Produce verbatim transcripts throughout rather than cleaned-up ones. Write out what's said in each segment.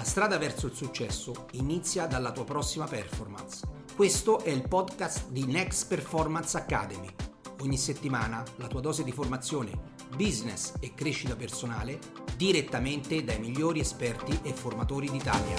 strada verso il successo inizia dalla tua prossima performance. Questo è il podcast di Next Performance Academy. Ogni settimana la tua dose di formazione, business e crescita personale direttamente dai migliori esperti e formatori d'Italia.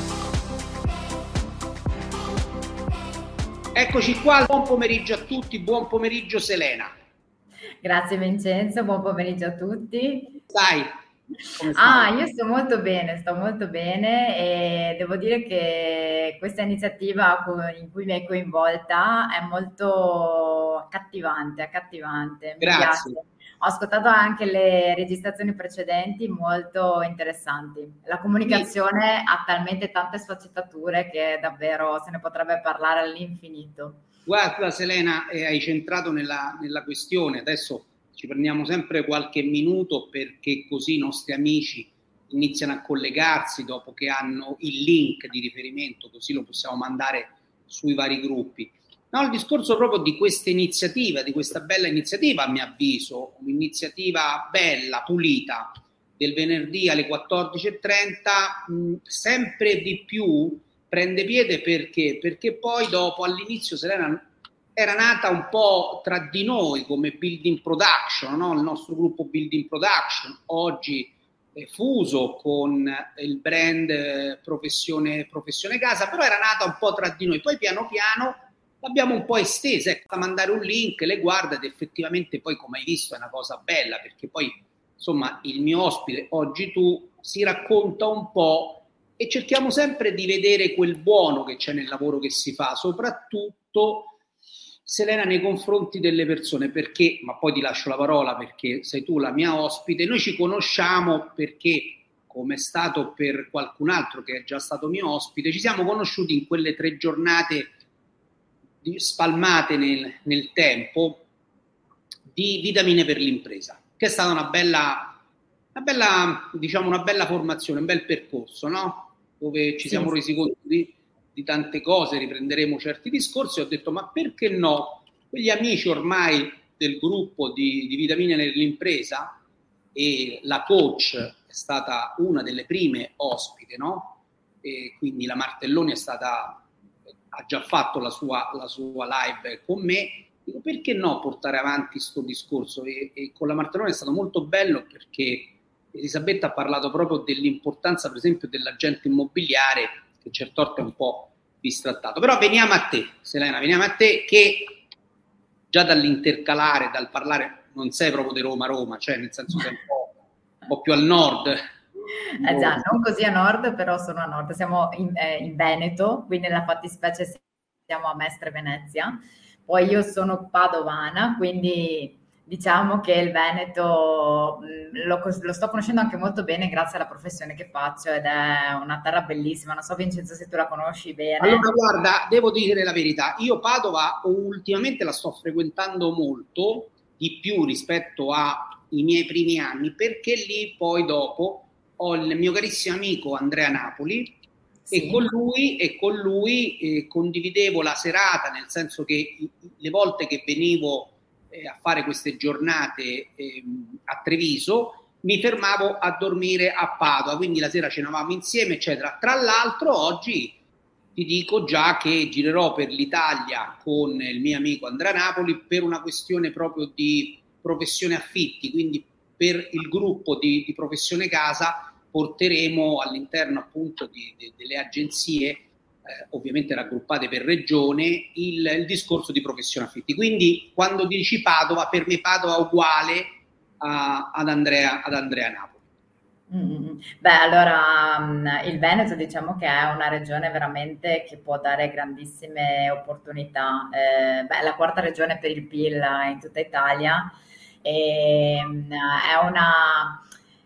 Eccoci qua, buon pomeriggio a tutti, buon pomeriggio Selena. Grazie Vincenzo, buon pomeriggio a tutti. Stai? Ah, io sto molto bene, sto molto bene e devo dire che questa iniziativa in cui mi hai coinvolta è molto accattivante, accattivante. Mi Grazie. piace. Ho ascoltato anche le registrazioni precedenti, molto interessanti. La comunicazione sì. ha talmente tante sfaccettature che davvero se ne potrebbe parlare all'infinito. Guarda Selena, eh, hai centrato nella, nella questione, adesso ci prendiamo sempre qualche minuto perché così i nostri amici iniziano a collegarsi dopo che hanno il link di riferimento, così lo possiamo mandare sui vari gruppi. No, il discorso proprio di questa iniziativa, di questa bella iniziativa, a mio avviso, un'iniziativa bella, pulita, del venerdì alle quattordici e trenta, mh, sempre di più prende piede perché? Perché poi dopo, all'inizio, Selena, era nata un po' tra di noi come Building Production, no? Il nostro gruppo Building Production, oggi è fuso con il brand eh, Professione, Professione Casa, però era nata un po' tra di noi, poi piano piano l'abbiamo un po' estesa, ecco, a mandare un link, le guarda ed effettivamente poi, come hai visto, è una cosa bella, perché poi, insomma, il mio ospite, oggi tu, si racconta un po' e cerchiamo sempre di vedere quel buono che c'è nel lavoro che si fa, soprattutto Selena nei confronti delle persone, perché, ma poi ti lascio la parola perché sei tu la mia ospite, noi ci conosciamo perché, come è stato per qualcun altro che è già stato mio ospite, ci siamo conosciuti in quelle tre giornate di, spalmate nel, nel tempo di Vitamine per l'impresa, che è stata una bella, una bella, diciamo una bella formazione, un bel percorso, no? Dove ci sì, siamo resi conto di di tante cose, riprenderemo certi discorsi, ho detto ma perché no, quegli amici ormai del gruppo di, di Vitamine nell'impresa, e la coach è stata una delle prime ospite, no? E quindi la Martelloni è stata, ha già fatto la sua, la sua live con me, dico perché no portare avanti sto discorso, e, e con la Martelloni è stato molto bello perché Elisabetta ha parlato proprio dell'importanza per esempio dell'agente immobiliare, che certo orto è un po' distrattato. Però veniamo a te, Selena, veniamo a te che già dall'intercalare, dal parlare, non sei proprio di Roma-Roma, cioè nel senso che è un po', un po' più al nord. Eh già, non così a nord, però sono a nord. Siamo in, eh, in Veneto, quindi nella fattispecie siamo a Mestre, Venezia. Poi io sono padovana, quindi diciamo che il Veneto lo, lo sto conoscendo anche molto bene grazie alla professione che faccio ed è una terra bellissima. Non so Vincenzo se tu la conosci bene. Allora guarda, devo dire la verità, io Padova ultimamente la sto frequentando molto di più rispetto ai miei primi anni, perché lì poi dopo ho il mio carissimo amico Andrea Napoli, sì. e con lui, e con lui eh, condividevo la serata, nel senso che le volte che venivo a fare queste giornate eh, a Treviso, mi fermavo a dormire a Padova, quindi la sera cenavamo insieme, eccetera. Tra l'altro oggi ti dico già che girerò per l'Italia con il mio amico Andrea Napoli per una questione proprio di professione affitti, quindi per il gruppo di, di Professione Casa porteremo all'interno appunto di, di, delle agenzie Eh, ovviamente raggruppate per regione, il, il discorso di professione affitti. Quindi quando dici Padova, per me Padova è uguale a, ad, Andrea, ad Andrea Napoli. Mm, beh, allora il Veneto diciamo che è una regione veramente che può dare grandissime opportunità. Eh, beh, la quarta regione per il P I L in tutta Italia, e, è, una,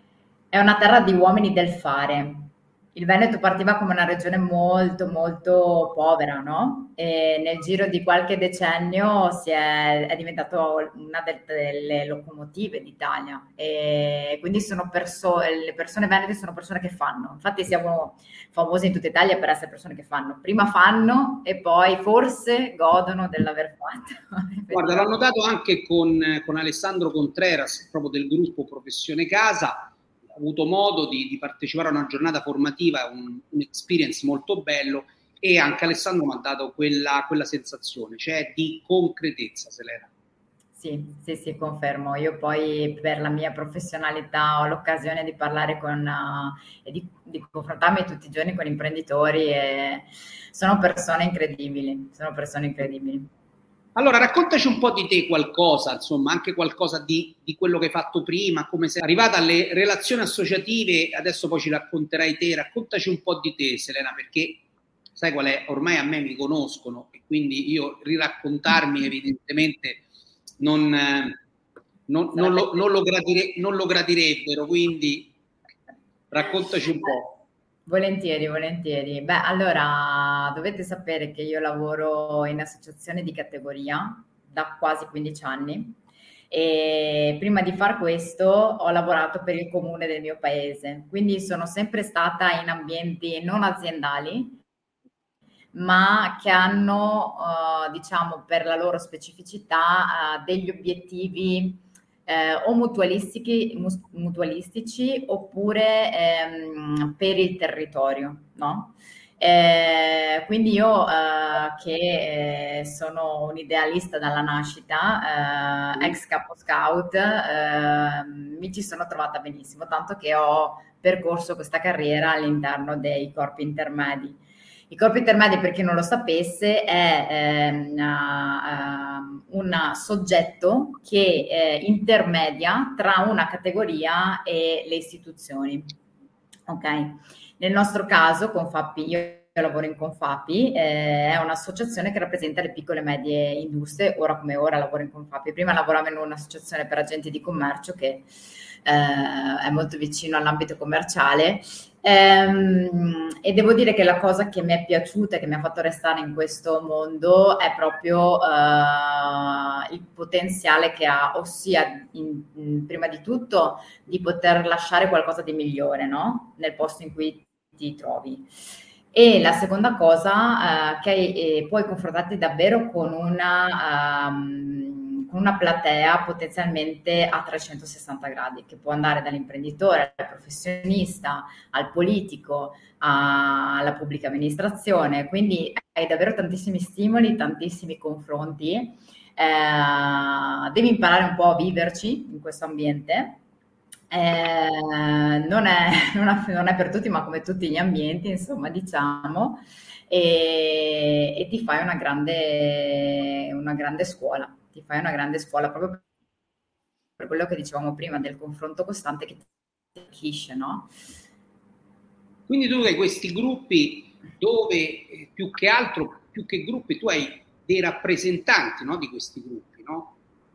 è una terra di uomini del fare. Il Veneto partiva come una regione molto molto povera, no? E nel giro di qualche decennio si è, è diventato una de- delle locomotive d'Italia, e quindi sono perso- le persone venete sono persone che fanno. Infatti siamo famosi in tutta Italia per essere persone che fanno. Prima fanno e poi forse godono dell'aver fatto. Guarda, l'ho notato anche con, con Alessandro Contreras, proprio del gruppo Professione Casa. avuto modo di, di partecipare a una giornata formativa, un, un experience molto bello, e anche Alessandro mi ha dato quella, quella sensazione, cioè di concretezza, Selena. Sì, sì, sì, confermo. Io poi per la mia professionalità ho l'occasione di parlare con uh, e di, di confrontarmi tutti i giorni con imprenditori e sono persone incredibili, sono persone incredibili. Allora, raccontaci un po' di te qualcosa, insomma, anche qualcosa di, di quello che hai fatto prima, come sei arrivata alle relazioni associative, adesso poi ci racconterai te, raccontaci un po' di te, Selena, perché sai qual è? Ormai a me mi conoscono e quindi io riraccontarmi evidentemente non, non, non, lo, non, lo, gradire, non lo gradirebbero, quindi raccontaci un po'. Volentieri, volentieri. Beh, allora dovete sapere che io lavoro in associazione di categoria da quasi quindici anni e prima di far questo ho lavorato per il comune del mio paese, quindi sono sempre stata in ambienti non aziendali, ma che hanno, uh, diciamo, per la loro specificità uh, degli obiettivi eh, o mutualistici, mutualistici oppure ehm, per il territorio, no? Eh, quindi io eh, che eh, sono un idealista dalla nascita, eh, ex capo scout, eh, mi ci sono trovata benissimo, tanto che ho percorso questa carriera all'interno dei corpi intermedi. I corpi intermedi, per chi non lo sapesse, è ehm, uh, un soggetto che eh, intermedia tra una categoria e le istituzioni. Ok? Nel nostro caso, Confapi, io lavoro in Confapi, eh, è un'associazione che rappresenta le piccole e medie industrie, ora come ora lavoro in Confapi. Prima lavoravo in un'associazione per agenti di commercio che eh, è molto vicino all'ambito commerciale. Ehm, e devo dire che la cosa che mi è piaciuta e che mi ha fatto restare in questo mondo è proprio eh, il potenziale che ha, ossia in, in, prima di tutto di poter lasciare qualcosa di migliore, no? Nel posto in cui ti trovi. E la seconda cosa, eh, che eh, puoi confrontarti davvero con una, um, con una platea potenzialmente a trecentosessanta gradi, che può andare dall'imprenditore al professionista, al politico, a, alla pubblica amministrazione. Quindi hai davvero tantissimi stimoli, tantissimi confronti. Eh, devi imparare un po' a viverci in questo ambiente. Eh, non è, non, è, non è per tutti, ma come tutti gli ambienti, insomma, diciamo, e, e ti fai una grande, una grande scuola, ti fai una grande scuola proprio per quello che dicevamo prima del confronto costante che ti arricchisce, no? Quindi tu hai questi gruppi dove più che altro, più che gruppi, tu hai dei rappresentanti, no, di questi gruppi, no?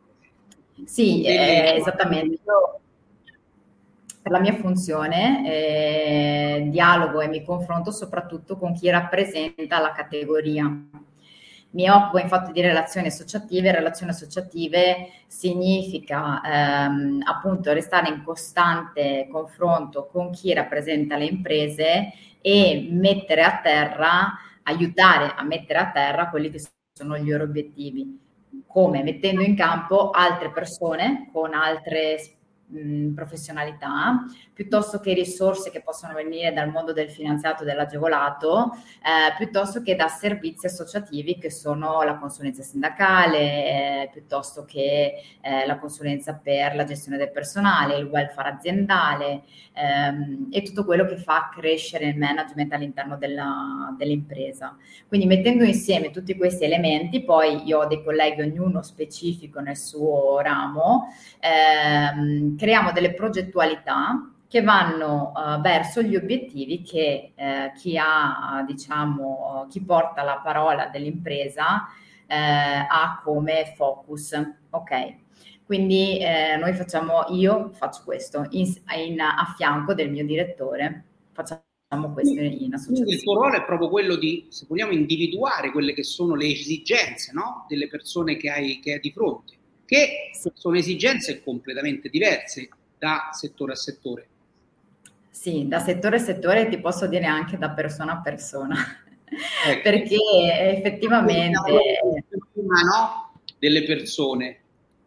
Sì, delle... eh, esattamente. Io, per la mia funzione eh, dialogo e mi confronto soprattutto con chi rappresenta la categoria. Mi occupo infatti di relazioni associative. Relazioni associative significa ehm, appunto restare in costante confronto con chi rappresenta le imprese e mettere a terra, aiutare a mettere a terra quelli che sono gli loro obiettivi. Come? Mettendo in campo altre persone con altre professionalità, piuttosto che risorse che possono venire dal mondo del finanziato, dell'agevolato, eh, piuttosto che da servizi associativi che sono la consulenza sindacale, eh, piuttosto che eh, la consulenza per la gestione del personale, il welfare aziendale ehm, e tutto quello che fa crescere il management all'interno della, dell'impresa. Quindi mettendo insieme tutti questi elementi, poi io ho dei colleghi, ognuno specifico nel suo ramo, ehm, creiamo delle progettualità che vanno uh, verso gli obiettivi che eh, chi ha, diciamo, chi porta la parola dell'impresa eh, ha come focus. Ok, quindi eh, noi facciamo, io faccio questo in, in, a fianco del mio direttore, facciamo questo in, in associazione. Quindi il tuo ruolo è proprio quello di, se vogliamo, individuare quelle che sono le esigenze, no? Delle persone che hai, che hai di fronte, che sì. Sono esigenze completamente diverse da settore a settore. Sì, da settore a settore, ti posso dire anche da persona a persona, ecco. Perché effettivamente... No? Delle persone.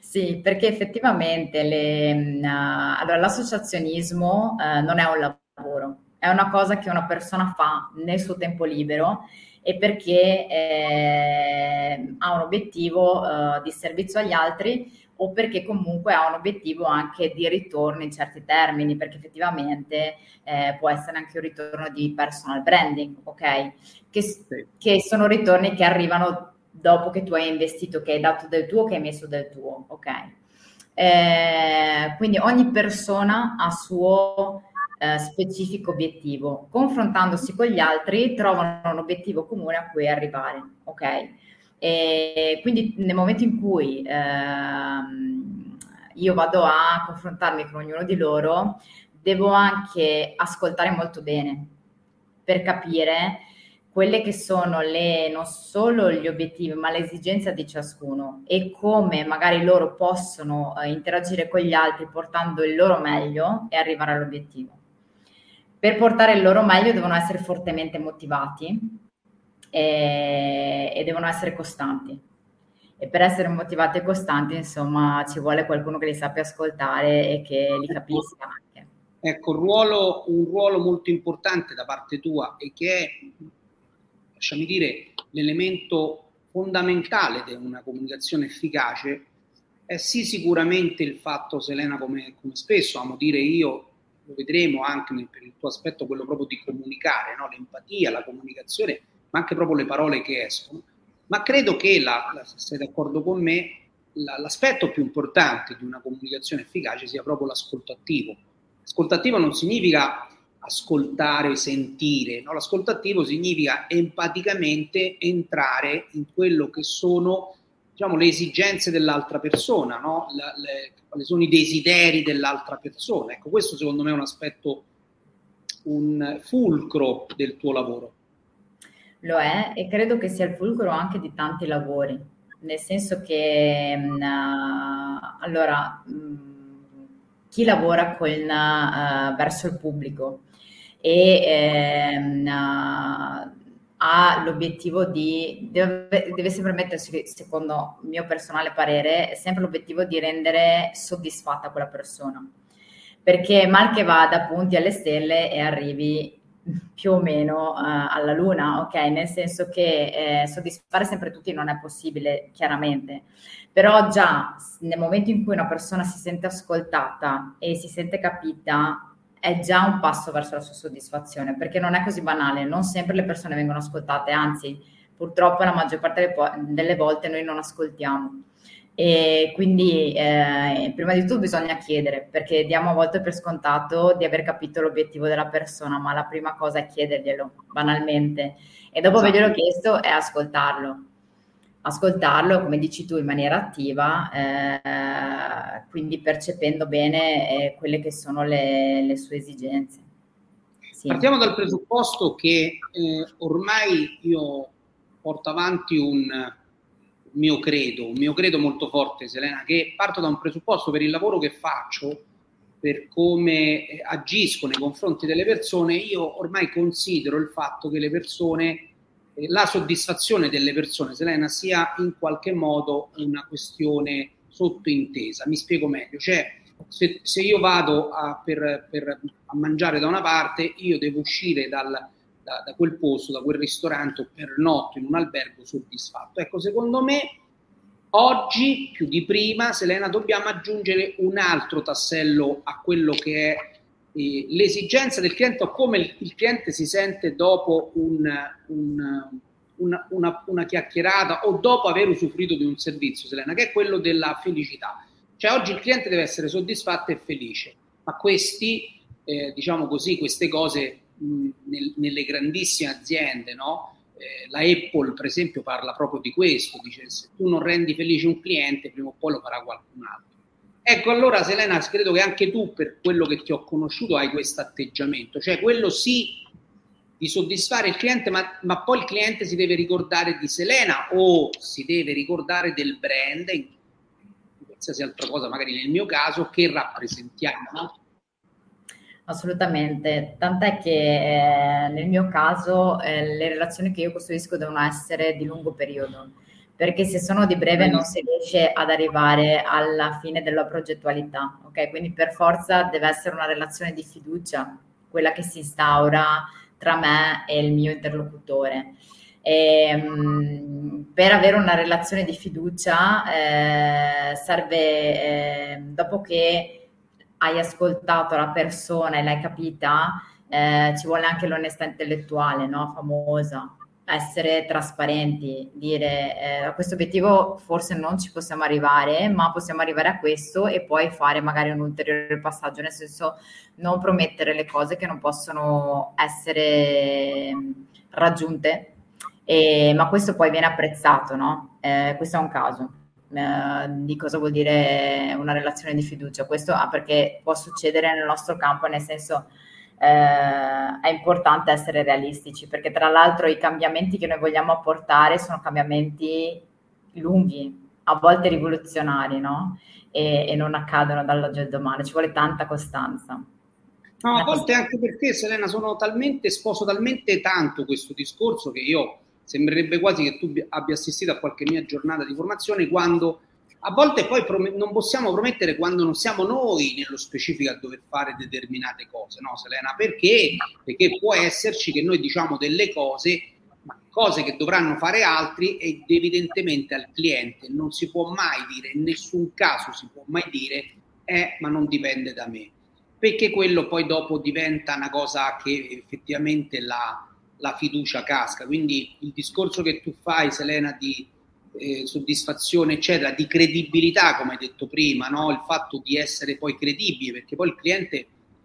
Sì, perché effettivamente le, mh, allora, l'associazionismo eh, non è un lavoro, è una cosa che una persona fa nel suo tempo libero e perché eh, ha un obiettivo eh, di servizio agli altri o perché comunque ha un obiettivo anche di ritorno in certi termini, perché effettivamente eh, può essere anche un ritorno di personal branding, ok? Che, Sì. che sono ritorni che arrivano dopo che tu hai investito, che hai dato del tuo, che hai messo del tuo, ok? Eh, quindi ogni persona ha suo eh, specifico obiettivo. Confrontandosi con gli altri trovano un obiettivo comune a cui arrivare, ok? E quindi nel momento in cui ehm, io vado a confrontarmi con ognuno di loro, devo anche ascoltare molto bene per capire quelle che sono le, non solo gli obiettivi, ma le esigenze di ciascuno e come magari loro possono eh, interagire con gli altri portando il loro meglio e arrivare all'obiettivo. Per portare il loro meglio devono essere fortemente motivati e, e devono essere costanti. E per essere motivati e costanti, insomma, ci vuole qualcuno che li sappia ascoltare e che li capisca anche. Ecco, un ruolo, un ruolo molto importante da parte tua e che è, lasciami dire, l'elemento fondamentale di una comunicazione efficace è sì sicuramente il fatto, Selena, come, come spesso amo dire io, lo vedremo anche nel, per il tuo aspetto, quello proprio di comunicare, no? L'empatia, la comunicazione, ma anche proprio le parole che escono. Ma credo che, la, la, se sei d'accordo con me, la, l'aspetto più importante di una comunicazione efficace sia proprio l'ascolto attivo. L'ascolto attivo non significa ascoltare, sentire, no? L'ascolto attivo significa empaticamente entrare in quello che sono, diciamo, le esigenze dell'altra persona, no? La, le, quali sono i desideri dell'altra persona. Ecco, questo secondo me è un aspetto, un fulcro del tuo lavoro. Lo è e credo che sia il fulcro anche di tanti lavori, nel senso che mh, allora mh, chi lavora con, uh, verso il pubblico e ehm, uh, ha l'obiettivo di deve, deve sempre mettersi, secondo il mio personale parere, sempre l'obiettivo di rendere soddisfatta quella persona, perché mal che vada punti alle stelle e arrivi più o meno uh, alla luna, ok? Nel senso che eh, soddisfare sempre tutti non è possibile, chiaramente, però già nel momento in cui una persona si sente ascoltata e si sente capita, è già un passo verso la sua soddisfazione, perché non è così banale, non sempre le persone vengono ascoltate, anzi, purtroppo la maggior parte delle volte noi non ascoltiamo. E quindi eh, prima di tutto bisogna chiedere, perché diamo a volte per scontato di aver capito l'obiettivo della persona, ma la prima cosa è chiederglielo banalmente e dopo Esatto. averglielo chiesto è ascoltarlo ascoltarlo, come dici tu, in maniera attiva, eh, quindi percependo bene eh, quelle che sono le, le sue esigenze. Sì. Partiamo dal presupposto che eh, ormai io porto avanti un mio credo, un mio credo molto forte, Selena, che parto da un presupposto per il lavoro che faccio, per come agisco nei confronti delle persone. Io ormai considero il fatto che le persone, eh, la soddisfazione delle persone, Selena, sia in qualche modo una questione sottointesa. Mi spiego meglio, cioè se, se io vado a, per, per, a mangiare da una parte, io devo uscire dal Da, da quel posto, da quel ristorante o pernotto in un albergo soddisfatto. Ecco, secondo me oggi più di prima, Selena, dobbiamo aggiungere un altro tassello a quello che è eh, l'esigenza del cliente o come il, il cliente si sente dopo un, un, una, una, una chiacchierata o dopo aver usufruito di un servizio, Selena, che è quello della felicità. Cioè oggi il cliente deve essere soddisfatto e felice, ma questi, eh, diciamo così, queste cose Nel, nelle grandissime aziende, no? Eh, la Apple per esempio parla proprio di questo, dice se tu non rendi felice un cliente prima o poi lo farà qualcun altro. Ecco, allora Selena, credo che anche tu, per quello che ti ho conosciuto, hai questo atteggiamento, cioè quello sì di soddisfare il cliente, ma, ma poi il cliente si deve ricordare di Selena o si deve ricordare del brand, in qualsiasi altra cosa, magari nel mio caso, che rappresentiamo. Assolutamente, tant'è che eh, nel mio caso eh, le relazioni che io costruisco devono essere di lungo periodo, perché se sono di breve non si riesce ad arrivare alla fine della progettualità, ok? Quindi per forza deve essere una relazione di fiducia, quella che si instaura tra me e il mio interlocutore. E, mh, per avere una relazione di fiducia eh, serve, eh, dopo che hai ascoltato la persona e l'hai capita, eh, ci vuole anche l'onestà intellettuale, no? Famosa. Essere trasparenti, dire eh, a questo obiettivo forse non ci possiamo arrivare, ma possiamo arrivare a questo e poi fare magari un ulteriore passaggio, nel senso non promettere le cose che non possono essere raggiunte, e, ma questo poi viene apprezzato, no? Eh, questo è un caso. Eh, di cosa vuol dire una relazione di fiducia? Questo ah, perché può succedere nel nostro campo, nel senso eh, è importante essere realistici, perché tra l'altro i cambiamenti che noi vogliamo apportare sono cambiamenti lunghi, a volte rivoluzionari, no? E, e non accadono dall'oggi al domani, ci vuole tanta costanza. No, a volte anche perché, Selena, sono talmente, sposo talmente tanto questo discorso che io sembrerebbe quasi che tu abbia assistito a qualche mia giornata di formazione, quando a volte poi prom- non possiamo promettere quando non siamo noi nello specifico a dover fare determinate cose, no Selena? Perché? Perché può esserci che noi diciamo delle cose, ma cose che dovranno fare altri, ed evidentemente al cliente non si può mai dire, in nessun caso si può mai dire, eh, ma non dipende da me. Perché quello poi dopo diventa una cosa che effettivamente la, la fiducia casca. Quindi il discorso che tu fai, Selena, di eh, soddisfazione, eccetera, di credibilità, come hai detto prima, no? Il fatto di essere poi credibili, perché poi il cliente,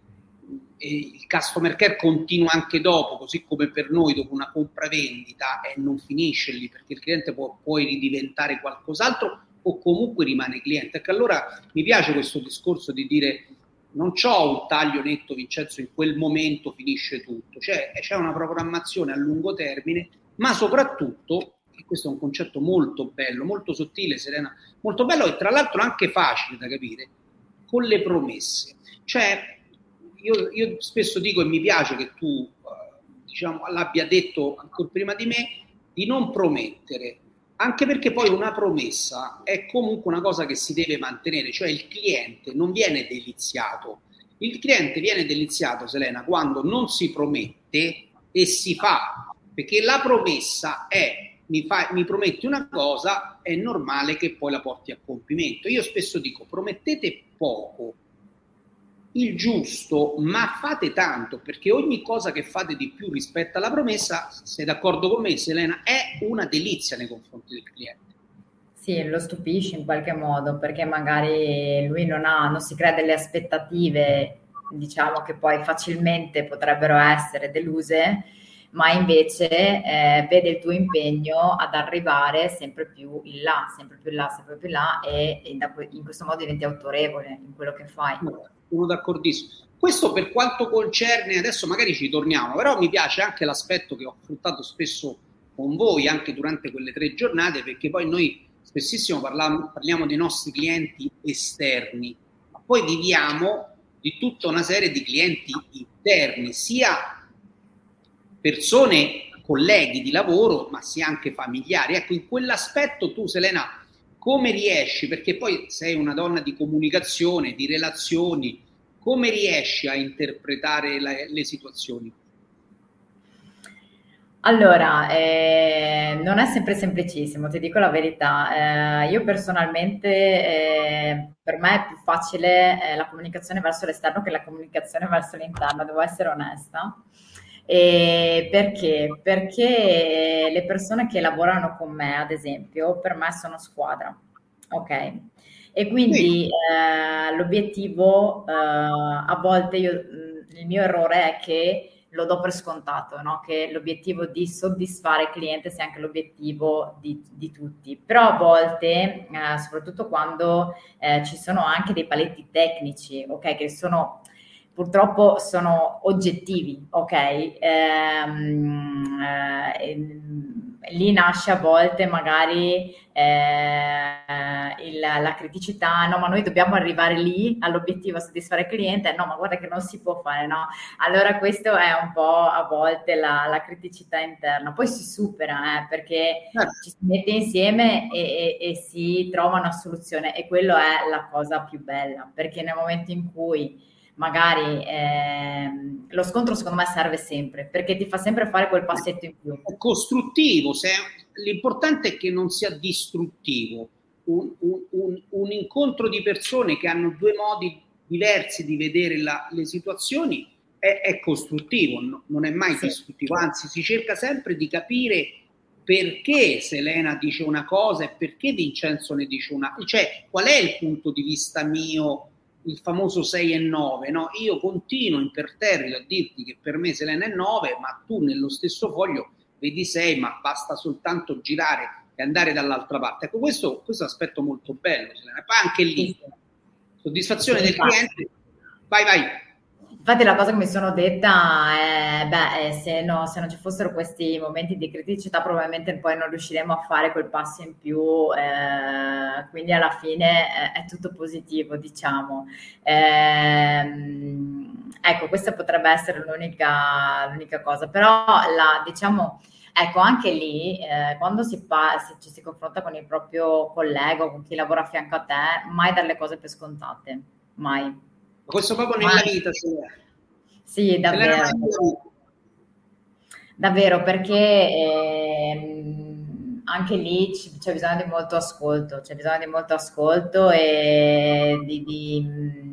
eh, il customer care continua anche dopo, così come per noi dopo una compravendita, e non finisce lì, perché il cliente può poi ridiventare qualcos'altro o comunque rimane cliente. Ecco, allora mi piace questo discorso di dire non c'ho un taglio netto, Vincenzo, in quel momento finisce tutto, cioè c'è una programmazione a lungo termine, ma soprattutto, e questo è un concetto molto bello, molto sottile, Serena, molto bello e tra l'altro anche facile da capire, con le promesse. Cioè, io, io spesso dico, e mi piace che tu eh, diciamo, l'abbia detto ancora prima di me, di non promettere, anche perché poi una promessa è comunque una cosa che si deve mantenere, cioè il cliente non viene deliziato, il cliente viene deliziato, Selena, quando non si promette e si fa, perché la promessa è mi, fa, mi prometti una cosa, è normale che poi la porti a compimento. Io spesso dico promettete poco, il giusto, ma fate tanto, perché ogni cosa che fate di più rispetto alla promessa, sei d'accordo con me, Selena, è una delizia nei confronti del cliente. Sì, lo stupisci in qualche modo, perché magari lui non ha, non si crea delle aspettative, diciamo, che poi facilmente potrebbero essere deluse, ma invece eh, vede il tuo impegno ad arrivare sempre più in là, sempre più in là, sempre più in là, e, e da, in questo modo diventi autorevole in quello che fai. Sono d'accordissimo. Questo per quanto concerne, adesso magari ci torniamo, però mi piace anche l'aspetto che ho affrontato spesso con voi anche durante quelle tre giornate, perché poi noi spessissimo parliamo, parliamo dei nostri clienti esterni, ma poi viviamo di tutta una serie di clienti interni, sia persone, colleghi di lavoro, ma sia anche familiari. Ecco, in quell'aspetto tu, Selena, come riesci, perché poi sei una donna di comunicazione, di relazioni, come riesci a interpretare la, le situazioni? Allora, eh, non è sempre semplicissimo, ti dico la verità. Eh, io personalmente, eh, per me è più facile eh, la comunicazione verso l'esterno che la comunicazione verso l'interno, devo essere onesta. E perché? Perché le persone che lavorano con me, ad esempio, per me sono squadra, ok? E quindi eh, l'obiettivo, eh, a volte io, il mio errore è che lo do per scontato, no? Che l'obiettivo di soddisfare il cliente sia anche l'obiettivo di, di tutti, però a volte, eh, soprattutto quando eh, ci sono anche dei paletti tecnici, ok, che sono purtroppo sono oggettivi, ok? Ehm, eh, lì nasce a volte magari eh, il, la criticità, no, ma noi dobbiamo arrivare lì all'obiettivo, a soddisfare il cliente, no, ma guarda che non si può fare, no? Allora questo è un po' a volte la, la criticità interna, poi si supera, eh, perché ci si mette insieme e, e, e si trova una soluzione, e quello è la cosa più bella, perché nel momento in cui magari eh, lo scontro secondo me serve sempre, perché ti fa sempre fare quel passetto in più. È costruttivo, se, l'importante è che non sia distruttivo. Un, un, un, un incontro di persone che hanno due modi diversi di vedere la, le situazioni è, è costruttivo, no, non è mai sì. distruttivo, anzi si cerca sempre di capire perché Selena dice una cosa e perché Vincenzo ne dice una, cioè qual è il punto di vista mio, il famoso sei e nove, no? Io continuo imperterrito a dirti che per me Selena è nove, ma tu nello stesso foglio vedi sei, ma basta soltanto girare e andare dall'altra parte. Ecco, questo, questo è un aspetto molto bello, Selena. Poi anche lì, soddisfazione sì, del infatti. cliente, vai vai. Infatti la cosa che mi sono detta è, beh, se, no, se non ci fossero questi momenti di criticità probabilmente poi non riusciremo a fare quel passo in più, eh, quindi alla fine è, è tutto positivo, diciamo. Eh, ecco, questa potrebbe essere l'unica, l'unica cosa, però la, diciamo, ecco, anche lì, eh, quando si, pa- si, ci si confronta con il proprio collega o con chi lavora a fianco a te, mai dare le cose per scontate, mai. Questo proprio nella vita, cioè. Sì, davvero. Davvero, perché eh, anche lì c- c'è bisogno di molto ascolto, c'è bisogno di molto ascolto e di, di,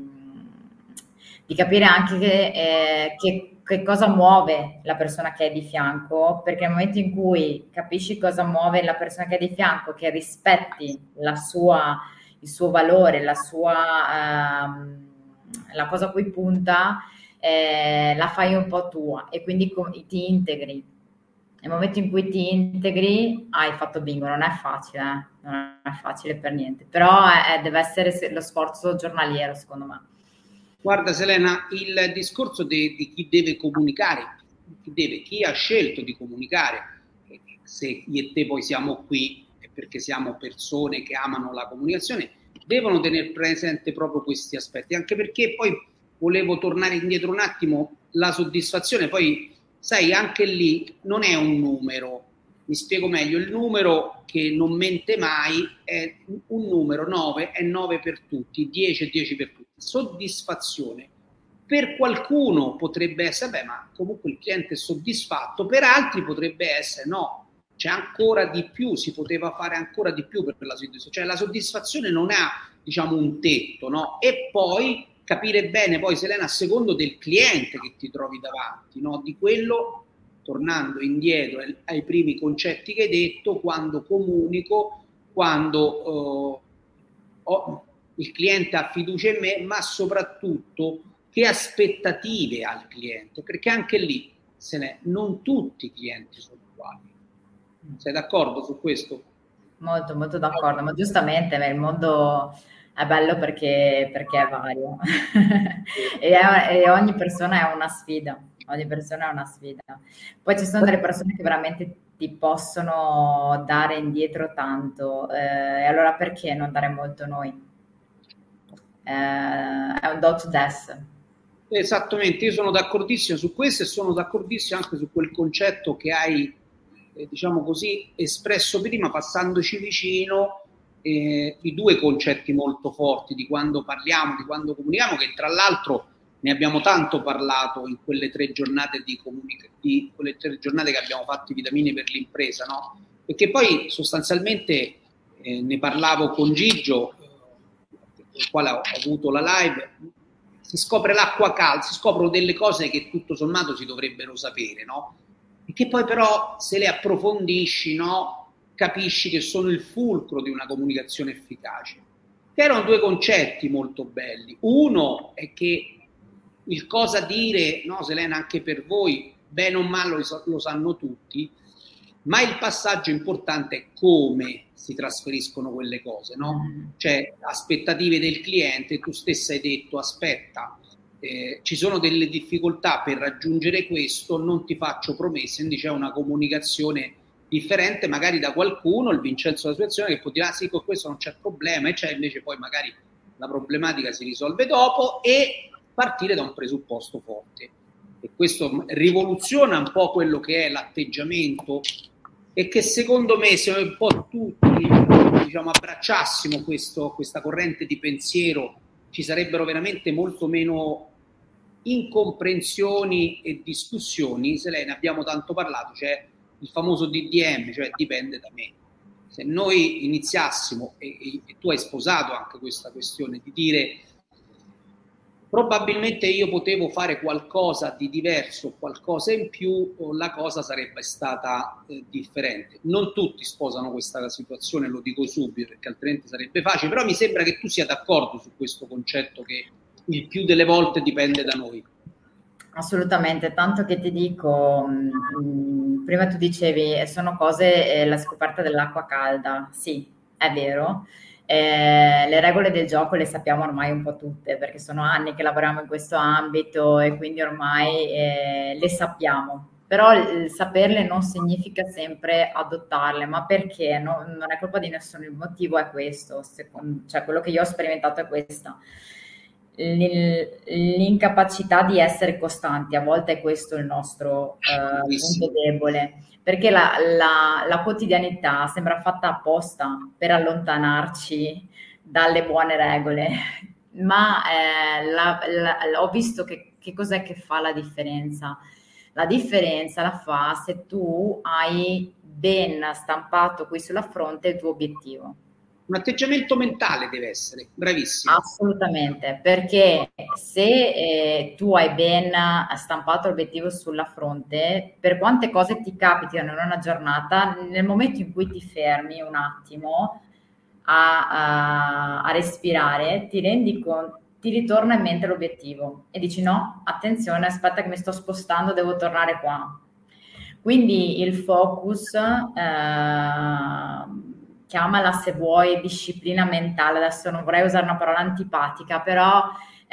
di capire anche che, eh, che, che cosa muove la persona che è di fianco, perché nel momento in cui capisci cosa muove la persona che è di fianco, che rispetti la sua, il suo valore, la sua... Ehm, la cosa a cui punta, eh, la fai un po' tua e quindi com- ti integri. Nel momento in cui ti integri hai fatto bingo, non è facile, eh? Non è facile per niente, però è, deve essere lo sforzo giornaliero, secondo me. Guarda Selena, il discorso de, di chi deve comunicare, chi, deve, chi ha scelto di comunicare, se io e te poi siamo qui è perché siamo persone che amano la comunicazione, devono tenere presente proprio questi aspetti, anche perché poi volevo tornare indietro un attimo, la soddisfazione, poi sai anche lì non è un numero, mi spiego meglio, il numero che non mente mai è un numero, nove è nove per tutti, dieci è dieci per tutti, soddisfazione per qualcuno potrebbe essere, beh ma comunque il cliente è soddisfatto, per altri potrebbe essere no, c'è ancora di più, si poteva fare ancora di più per la soddisfazione, cioè la soddisfazione non ha, diciamo, un tetto, no? E poi capire bene, poi Selena, a secondo del cliente che ti trovi davanti, no? Di quello, tornando indietro ai, ai primi concetti che hai detto, quando comunico, quando eh, ho, il cliente ha fiducia in me, ma soprattutto che aspettative ha il cliente, perché anche lì, Selena, non tutti i clienti sono uguali. Sei d'accordo su questo? Molto, molto d'accordo, ma giustamente il mondo è bello perché, perché è vario e, è, e ogni persona è una sfida, ogni persona è una sfida. Poi ci sono delle persone che veramente ti possono dare indietro tanto, eh, e allora perché non dare molto noi? Eh, è un do to death. Esattamente, io sono d'accordissimo su questo e sono d'accordissimo anche su quel concetto che hai Eh, diciamo così, espresso prima, passandoci vicino, eh, i due concetti molto forti di quando parliamo, di quando comunichiamo, che tra l'altro ne abbiamo tanto parlato in quelle tre giornate di comunica- di quelle tre giornate che abbiamo fatto i Vitamine per l'impresa, no? Perché poi sostanzialmente eh, ne parlavo con Gigio, eh, con il quale ho avuto la live, si scopre l'acqua calda, si scoprono delle cose che tutto sommato si dovrebbero sapere, no? E che poi però se le approfondisci, no, capisci che sono il fulcro di una comunicazione efficace. Che erano due concetti molto belli. Uno è che il cosa dire, no, Selena, anche per voi, bene o male lo, lo sanno tutti, ma il passaggio importante è come si trasferiscono quelle cose, no? Cioè, aspettative del cliente, tu stessa hai detto, aspetta, Eh, ci sono delle difficoltà per raggiungere questo, non ti faccio promesse, quindi c'è una comunicazione differente magari da qualcuno, il Vincenzo della situazione, che può dire ah sì, con questo non c'è problema, e c'è invece poi magari la problematica si risolve dopo, e partire da un presupposto forte. E questo rivoluziona un po' quello che è l'atteggiamento, e che secondo me se un po' tutti, diciamo, abbracciassimo questo, questa corrente di pensiero, ci sarebbero veramente molto meno incomprensioni e discussioni. Se ne abbiamo tanto parlato, c'è il famoso D D M, cioè dipende da me. Se noi iniziassimo, e, e, e tu hai sposato anche questa questione, di dire probabilmente io potevo fare qualcosa di diverso, qualcosa in più, la cosa sarebbe stata eh, differente. Non tutti sposano questa situazione, lo dico subito, perché altrimenti sarebbe facile, però mi sembra che tu sia d'accordo su questo concetto che il più delle volte dipende da noi. Assolutamente, tanto che ti dico, mh, prima tu dicevi, sono cose, eh, la scoperta dell'acqua calda, sì, è vero. Eh, le regole del gioco le sappiamo ormai un po' tutte, perché sono anni che lavoriamo in questo ambito e quindi ormai eh, le sappiamo. Però il saperle non significa sempre adottarle, ma perché? No, non è colpa di nessuno, il motivo è questo, secondo, cioè quello che io ho sperimentato è questa. L'incapacità di essere costanti, a volte è questo il nostro eh, punto debole, perché la, la, la quotidianità sembra fatta apposta per allontanarci dalle buone regole, ma eh, la, la, ho visto che, che cos'è che fa la differenza. La differenza la fa se tu hai ben stampato qui sulla fronte il tuo obiettivo. Un atteggiamento mentale deve essere, bravissimo. Assolutamente, perché se eh, tu hai ben stampato l'obiettivo sulla fronte, per quante cose ti capitano in una giornata, nel momento in cui ti fermi un attimo a, a, a respirare, ti rendi conto, ti ritorna in mente l'obiettivo e dici no, attenzione, aspetta che mi sto spostando, devo tornare qua. Quindi il focus... Eh, chiamala se vuoi disciplina mentale, adesso non vorrei usare una parola antipatica, però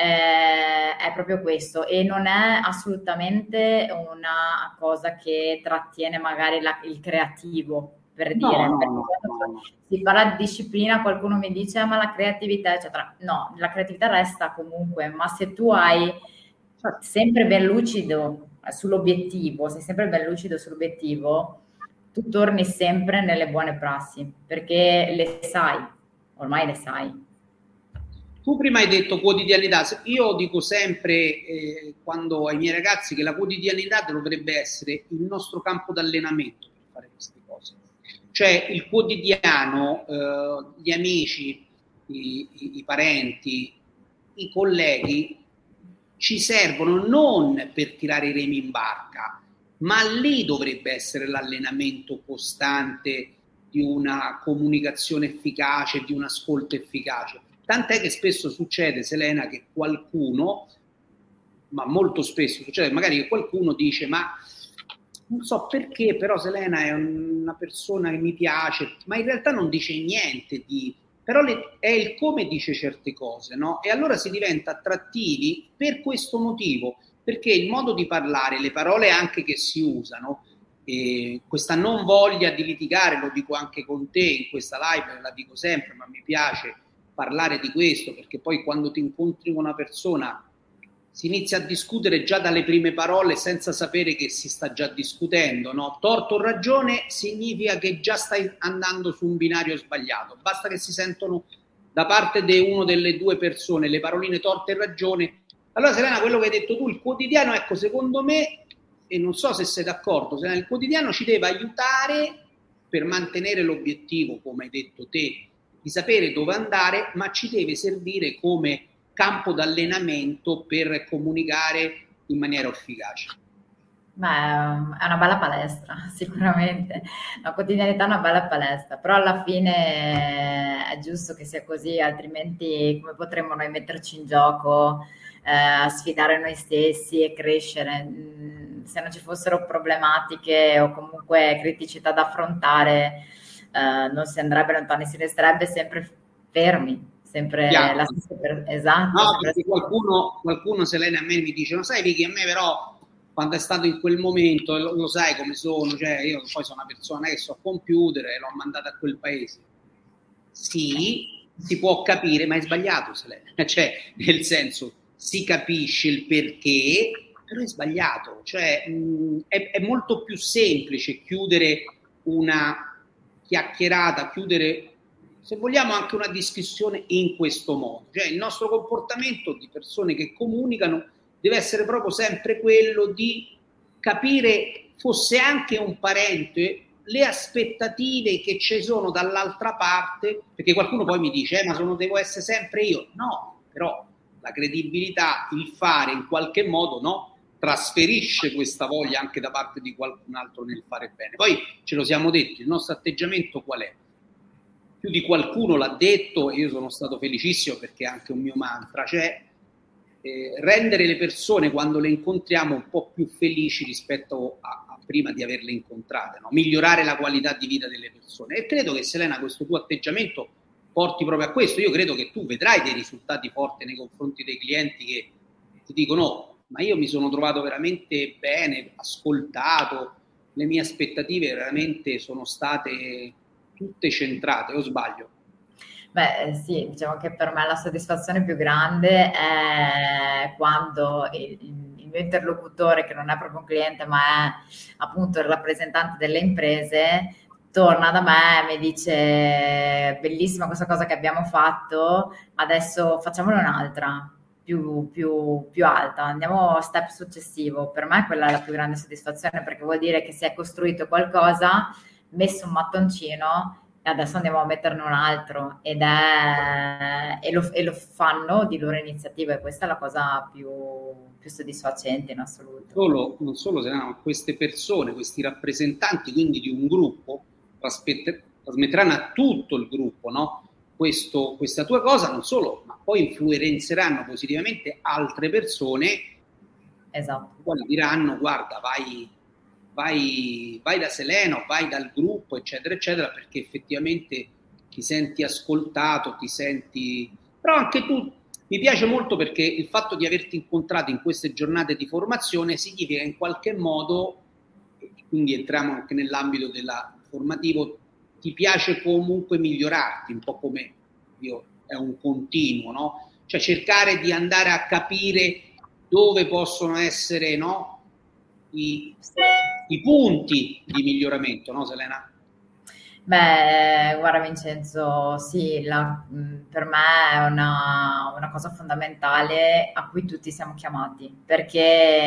eh, è proprio questo, e non è assolutamente una cosa che trattiene magari la, il creativo, per no, dire, no, perché no, quando no. si parla di disciplina qualcuno mi dice ah, ma la creatività eccetera, no, la creatività resta comunque, ma se tu hai sempre ben lucido sull'obiettivo, sei sempre ben lucido sull'obiettivo, tu torni sempre nelle buone prassi, perché le sai, ormai le sai. Tu prima hai detto quotidianità, io dico sempre eh, quando ai miei ragazzi che la quotidianità dovrebbe essere il nostro campo d'allenamento per fare queste cose. Cioè il quotidiano, eh, gli amici, i, i, i parenti, i colleghi ci servono non per tirare i remi in barca, ma lì dovrebbe essere l'allenamento costante di una comunicazione efficace, di un ascolto efficace. Tant'è che spesso succede, Selena, che qualcuno, ma molto spesso succede magari che qualcuno dice ma non so perché, però Selena è una persona che mi piace, ma in realtà non dice niente di... però le, è il come dice certe cose, no? E allora si diventa attrattivi per questo motivo, perché il modo di parlare, le parole anche che si usano, eh, questa non voglia di litigare, lo dico anche con te in questa live, la dico sempre, ma mi piace parlare di questo, perché poi quando ti incontri con una persona si inizia a discutere già dalle prime parole senza sapere che si sta già discutendo, no? Torto o ragione significa che già stai andando su un binario sbagliato, basta che si sentono da parte di una delle due persone le paroline torto e ragione. Allora Selena, quello che hai detto tu, il quotidiano, ecco, secondo me, e non so se sei d'accordo, Selena, il quotidiano ci deve aiutare per mantenere l'obiettivo, come hai detto te, di sapere dove andare, ma ci deve servire come campo d'allenamento per comunicare in maniera efficace. Beh, è una bella palestra, sicuramente. La quotidianità è una bella palestra, però alla fine è giusto che sia così, altrimenti come potremmo noi metterci in gioco, eh, sfidare noi stessi e crescere? Se non ci fossero problematiche o comunque criticità da affrontare, eh, non si andrebbe lontani, si resterebbe sempre fermi. Sempre Chiaro. la stessa per... esatto. No, perché qualcuno, qualcuno, Selena, a me mi dice, no sai Vicky, a me però quando è stato in quel momento, lo, lo sai come sono, cioè io poi sono una persona che so computer e l'ho mandata a quel paese. Sì, si può capire, ma è sbagliato, Selena. Cioè, nel senso, si capisce il perché, però è sbagliato. Cioè, mh, è, è molto più semplice chiudere una chiacchierata, chiudere, se vogliamo, anche una discussione in questo modo. Cioè, il nostro comportamento di persone che comunicano deve essere proprio sempre quello di capire, fosse anche un parente, le aspettative che ci sono dall'altra parte, perché qualcuno poi mi dice, eh, ma sono, devo essere sempre io. No, però la credibilità, il fare in qualche modo, no, trasferisce questa voglia anche da parte di qualcun altro nel fare bene. Poi ce lo siamo detti, il nostro atteggiamento qual è? Più di qualcuno l'ha detto e io sono stato felicissimo perché è anche un mio mantra, cioè eh, rendere le persone quando le incontriamo un po' più felici rispetto a, a prima di averle incontrate, no? Migliorare la qualità di vita delle persone. E credo che, Selena, questo tuo atteggiamento porti proprio a questo. Io credo che tu vedrai dei risultati forti nei confronti dei clienti che ti dicono no, ma io mi sono trovato veramente bene, ascoltato, le mie aspettative veramente sono state tutte centrate, o sbaglio? Beh, sì, diciamo che per me la soddisfazione più grande è quando il, il mio interlocutore, che non è proprio un cliente, ma è appunto il rappresentante delle imprese, torna da me e mi dice bellissima questa cosa che abbiamo fatto, adesso facciamone un'altra, più, più, più alta, andiamo a step successivo. Per me quella è la più grande soddisfazione, perché vuol dire che si è costruito qualcosa, messo un mattoncino e adesso andiamo a metterne un altro, ed è e lo, e lo fanno di loro iniziativa, e questa è la cosa più, più soddisfacente in assoluto. Solo, non solo, se no, queste persone, questi rappresentanti quindi di un gruppo trasmetteranno a tutto il gruppo, no? Questo, questa tua cosa, non solo, ma poi influenzeranno positivamente altre persone, esatto, poi diranno guarda vai Vai, vai da Selena, vai dal gruppo, eccetera, eccetera, perché effettivamente ti senti ascoltato, ti senti... Però anche tu, mi piace molto perché il fatto di averti incontrato in queste giornate di formazione significa in qualche modo, quindi entriamo anche nell'ambito della formativo, ti piace comunque migliorarti, un po' come io, è un continuo, no? Cioè cercare di andare a capire dove possono essere, no? I, i punti di miglioramento, no Selena? Beh, guarda Vincenzo, sì, la, per me è una, una cosa fondamentale a cui tutti siamo chiamati, perché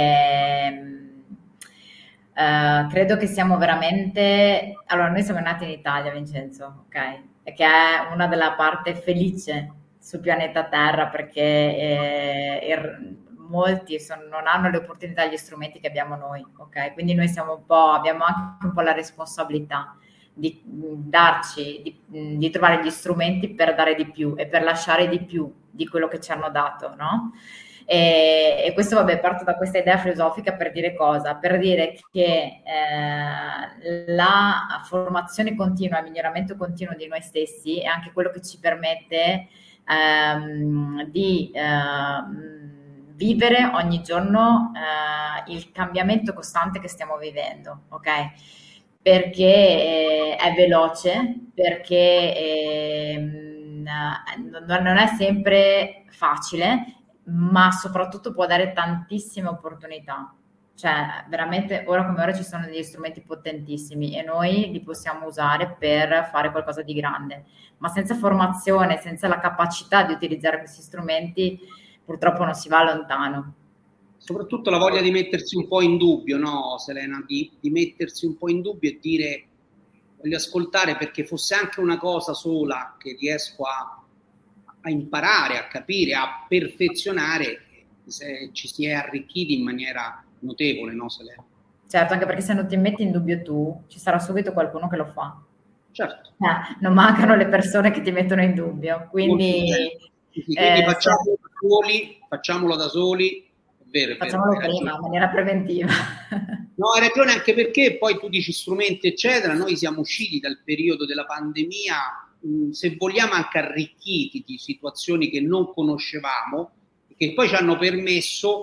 eh, credo che siamo veramente... Allora, noi siamo nati in Italia, Vincenzo, ok? E che è una della parte felice sul pianeta Terra, perché eh, il, molti sono, non hanno le opportunità e gli strumenti che abbiamo noi, ok? Quindi noi siamo un po', abbiamo anche un po' la responsabilità di darci, di, di trovare gli strumenti per dare di più e per lasciare di più di quello che ci hanno dato, no? E, e questo, vabbè, parto da questa idea filosofica per dire cosa? Per dire che eh, la formazione continua, il miglioramento continuo di noi stessi è anche quello che ci permette ehm, di ehm, vivere ogni giorno eh, il cambiamento costante che stiamo vivendo, ok? Perché eh, è veloce, perché eh, non è sempre facile, ma soprattutto può dare tantissime opportunità. Cioè, veramente, ora come ora ci sono degli strumenti potentissimi e noi li possiamo usare per fare qualcosa di grande. Ma senza formazione, senza la capacità di utilizzare questi strumenti, purtroppo non si va lontano. Soprattutto la voglia di mettersi un po' in dubbio, no Selena? Di, di mettersi un po' in dubbio e dire voglio ascoltare, perché fosse anche una cosa sola che riesco a, a imparare, a capire, a perfezionare, se ci si è arricchiti in maniera notevole, no Selena? Certo, anche perché se non ti metti in dubbio tu, ci sarà subito qualcuno che lo fa. Certo. Eh, non mancano le persone che ti mettono in dubbio, quindi... Quindi eh, facciamolo, da soli, facciamolo da soli, è vero, è facciamolo vero, prima, in maniera preventiva. No, hai ragione, anche perché poi tu dici strumenti, eccetera, noi siamo usciti dal periodo della pandemia, mh, se vogliamo anche arricchiti di situazioni che non conoscevamo, che poi ci hanno permesso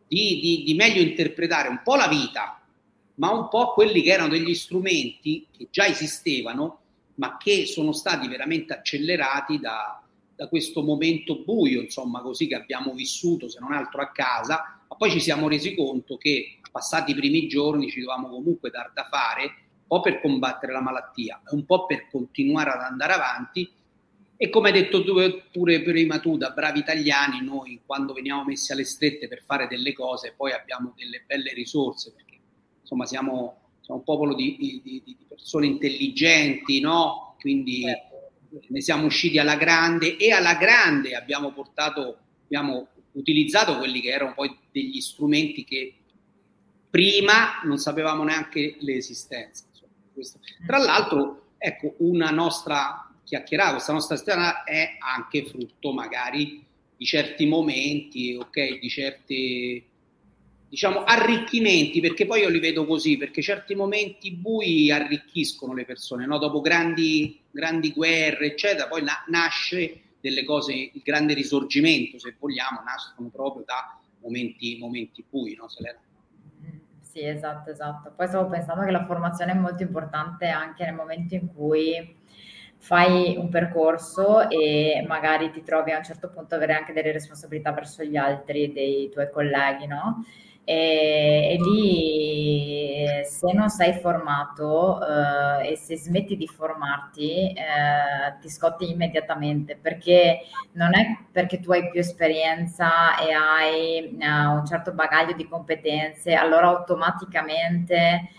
di, di, di meglio interpretare un po' la vita, ma un po' quelli che erano degli strumenti che già esistevano, ma che sono stati veramente accelerati da, da questo momento buio, insomma, così che abbiamo vissuto, se non altro a casa, ma poi ci siamo resi conto che passati i primi giorni ci dovevamo comunque dar da fare, un po' per combattere la malattia, un po' per continuare ad andare avanti. E come hai detto tu, pure prima tu, da bravi italiani, noi quando veniamo messi alle strette per fare delle cose, poi abbiamo delle belle risorse, perché insomma siamo, siamo un popolo di, di, di persone intelligenti, no? Quindi ne siamo usciti alla grande, e alla grande abbiamo portato, abbiamo utilizzato quelli che erano poi degli strumenti che prima non sapevamo neanche l'esistenza. Insomma, questo. Tra l'altro, ecco, una nostra chiacchierata, questa nostra storia è anche frutto magari di certi momenti, ok, di certi, diciamo, arricchimenti, perché poi io li vedo così, perché certi momenti bui arricchiscono le persone, no? Dopo grandi, grandi guerre, eccetera, poi na- nasce delle cose, il grande risorgimento, se vogliamo, nascono proprio da momenti, momenti bui, no, Selena? Sì, esatto, esatto. Poi stavo pensando che la formazione è molto importante anche nel momento in cui fai un percorso e magari ti trovi a un certo punto a avere anche delle responsabilità verso gli altri, dei tuoi colleghi, no? E, e lì se non sei formato eh, e se smetti di formarti eh, ti scotti immediatamente, perché non è perché tu hai più esperienza e hai uh, un certo bagaglio di competenze, allora automaticamente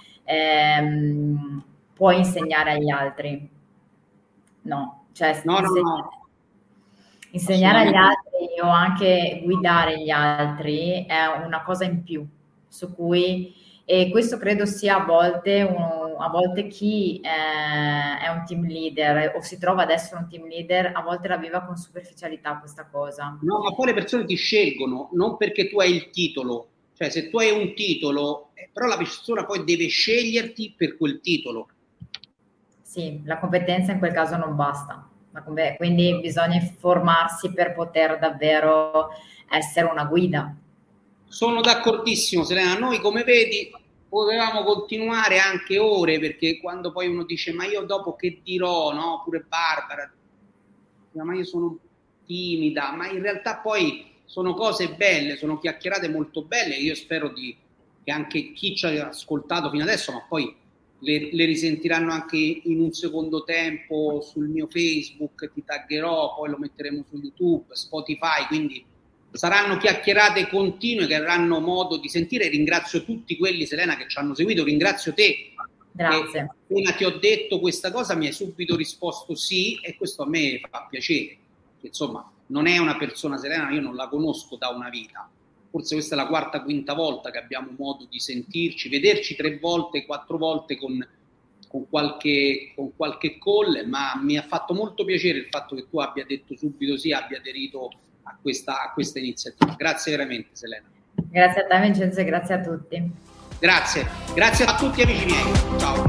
ehm, puoi insegnare agli altri. No, cioè No, no, inseg- no. insegnare agli altri o anche guidare gli altri è una cosa in più su cui, e questo credo sia a volte, un, a volte chi eh, è un team leader o si trova ad essere un team leader a volte la viva con superficialità questa cosa. No, ma poi le persone ti scelgono non perché tu hai il titolo, cioè se tu hai un titolo, eh, però la persona poi deve sceglierti per quel titolo. Sì, la competenza in quel caso non basta, quindi bisogna formarsi per poter davvero essere una guida. Sono d'accordissimo, Selena. Noi, come vedi, potevamo continuare anche ore, perché quando poi uno dice ma io dopo che dirò, no? Pure Barbara, ma io sono timida, ma in realtà poi sono cose belle, sono chiacchierate molto belle. Io spero di, che anche chi ci ha ascoltato fino adesso, ma poi Le, le risentiranno anche in un secondo tempo sul mio Facebook, ti taggerò, poi lo metteremo su YouTube, Spotify, quindi saranno chiacchierate continue che avranno modo di sentire. Ringrazio tutti quelli, Selena, che ci hanno seguito, ringrazio te. Grazie. Appena ti ho detto questa cosa mi hai subito risposto sì, e questo a me fa piacere, che, insomma, non è una persona, Selena, io non la conosco da una vita. Forse questa è la quarta, quinta volta che abbiamo modo di sentirci, vederci tre volte, quattro volte con, con, qualche, con qualche call, ma mi ha fatto molto piacere il fatto che tu abbia detto subito sì, abbia aderito a questa, a questa iniziativa. Grazie veramente, Selena. Grazie a te, Vincenzo, e grazie a tutti. Grazie, grazie a tutti amici miei. Ciao.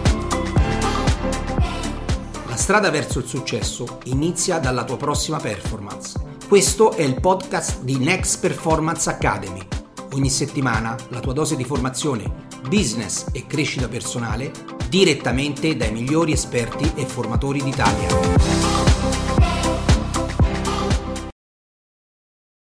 La strada verso il successo inizia dalla tua prossima performance. Questo è il podcast di Next Performance Academy. Ogni settimana la tua dose di formazione, business e crescita personale direttamente dai migliori esperti e formatori d'Italia.